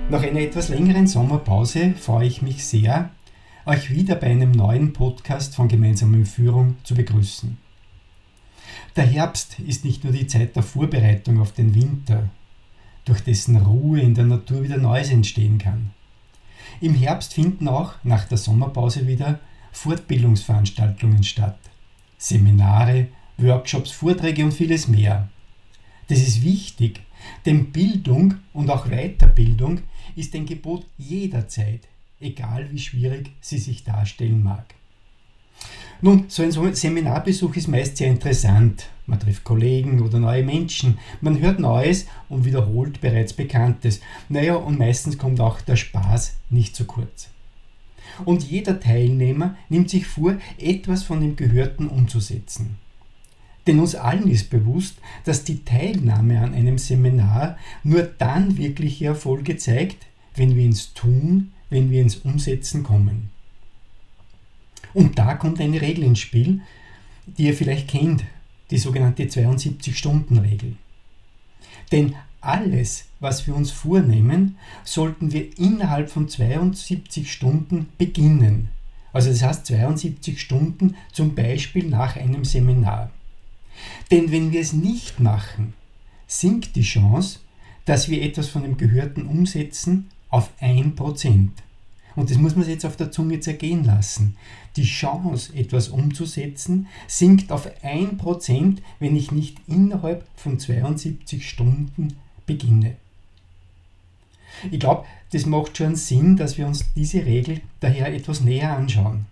Nach einer etwas längeren Sommerpause freue ich mich sehr, euch wieder bei einem neuen Podcast von Gemeinsame Führung zu begrüßen. Der Herbst ist nicht nur die Zeit der Vorbereitung auf den Winter, durch dessen Ruhe in der Natur wieder Neues entstehen kann. Im Herbst finden auch nach der Sommerpause wieder Fortbildungsveranstaltungen statt. Seminare, Workshops, Vorträge und vieles mehr. Das ist wichtig, denn Bildung und auch Weiterbildung ist ein Gebot jederzeit, egal wie schwierig sie sich darstellen mag. Nun, so ein Seminarbesuch ist meist sehr interessant. Man trifft Kollegen oder neue Menschen, man hört Neues und wiederholt bereits Bekanntes. Und meistens kommt auch der Spaß nicht zu kurz. Und jeder Teilnehmer nimmt sich vor, etwas von dem Gehörten umzusetzen. Denn uns allen ist bewusst, dass die Teilnahme an einem Seminar nur dann wirkliche Erfolge zeigt, wenn wir ins Tun, wenn wir ins Umsetzen kommen. Und da kommt eine Regel ins Spiel, die ihr vielleicht kennt, die sogenannte 72-Stunden-Regel. Denn alles, was wir uns vornehmen, sollten wir innerhalb von 72 Stunden beginnen. Also das heißt 72 Stunden zum Beispiel nach einem Seminar. Denn wenn wir es nicht machen, sinkt die Chance, dass wir etwas von dem Gehörten umsetzen, auf 1%. Und das muss man sich jetzt auf der Zunge zergehen lassen. Die Chance, etwas umzusetzen, sinkt auf 1%, wenn ich nicht innerhalb von 72 Stunden beginne. Ich glaube, das macht schon Sinn, dass wir uns diese Regel daher etwas näher anschauen.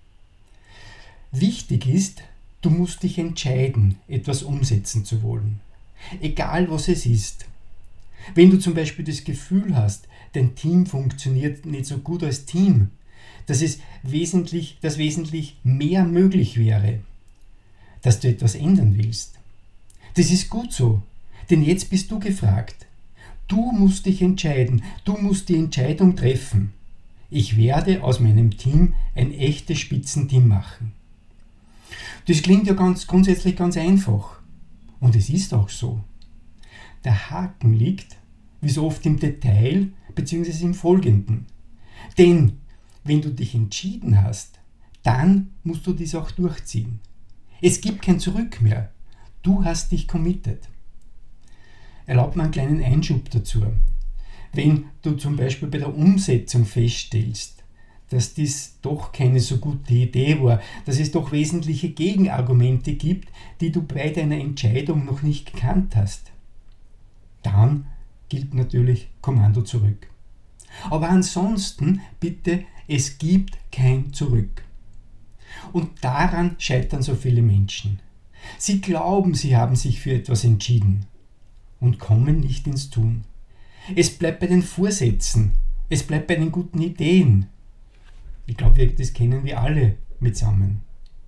Wichtig ist, du musst dich entscheiden, etwas umsetzen zu wollen. Egal was es ist. Wenn du zum Beispiel das Gefühl hast, dein Team funktioniert nicht so gut als Team, dass wesentlich mehr möglich wäre, dass du etwas ändern willst. Das ist gut so, denn jetzt bist du gefragt. Du musst dich entscheiden, du musst die Entscheidung treffen. Ich werde aus meinem Team ein echtes Spitzenteam machen. Das klingt ja grundsätzlich ganz einfach. Und es ist auch so. Der Haken liegt, wie so oft im Detail, bzw. im Folgenden. Denn wenn du dich entschieden hast, dann musst du dies auch durchziehen. Es gibt kein Zurück mehr. Du hast dich committed. Erlaub mir einen kleinen Einschub dazu. Wenn du zum Beispiel bei der Umsetzung feststellst, dass dies doch keine so gute Idee war, dass es doch wesentliche Gegenargumente gibt, die du bei deiner Entscheidung noch nicht gekannt hast, dann gilt natürlich Kommando zurück. Aber ansonsten bitte, es gibt kein Zurück. Und daran scheitern so viele Menschen. Sie glauben, sie haben sich für etwas entschieden und kommen nicht ins Tun. Es bleibt bei den Vorsätzen, es bleibt bei den guten Ideen. Ich glaube, das kennen wir alle mitsammen.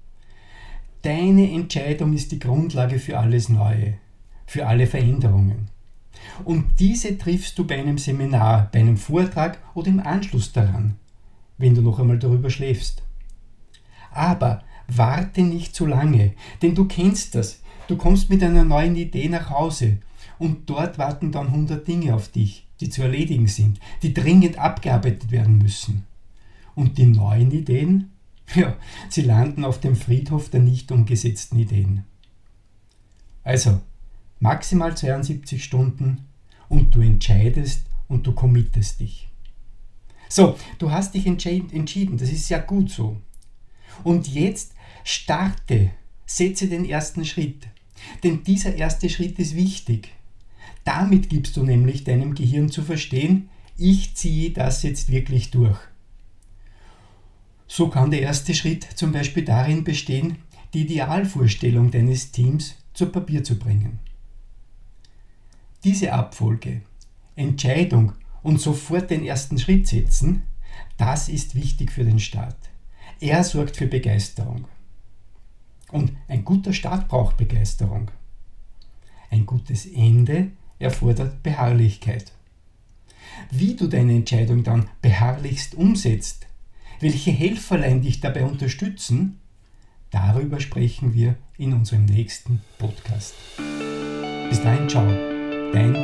Deine Entscheidung ist die Grundlage für alles Neue, für alle Veränderungen. Und diese triffst du bei einem Seminar, bei einem Vortrag oder im Anschluss daran, wenn du noch einmal darüber schläfst. Aber warte nicht zu lange, denn du kennst das. Du kommst mit einer neuen Idee nach Hause und dort warten dann 100 Dinge auf dich, die zu erledigen sind, die dringend abgearbeitet werden müssen. Und die neuen Ideen? Ja, sie landen auf dem Friedhof der nicht umgesetzten Ideen. Also, maximal 72 Stunden und du entscheidest und du committest dich. So, du hast dich entschieden, das ist ja gut so. Und jetzt starte, setze den ersten Schritt. Denn dieser erste Schritt ist wichtig. Damit gibst du nämlich deinem Gehirn zu verstehen, ich ziehe das jetzt wirklich durch. So kann der erste Schritt zum Beispiel darin bestehen, die Idealvorstellung deines Teams zu Papier zu bringen. Diese Abfolge, Entscheidung und sofort den ersten Schritt setzen, das ist wichtig für den Start. Er sorgt für Begeisterung. Und ein guter Start braucht Begeisterung. Ein gutes Ende erfordert Beharrlichkeit. Wie du deine Entscheidung dann beharrlichst umsetzt, welche Helferlein dich dabei unterstützen, darüber sprechen wir in unserem nächsten Podcast. Bis dahin, ciao, dein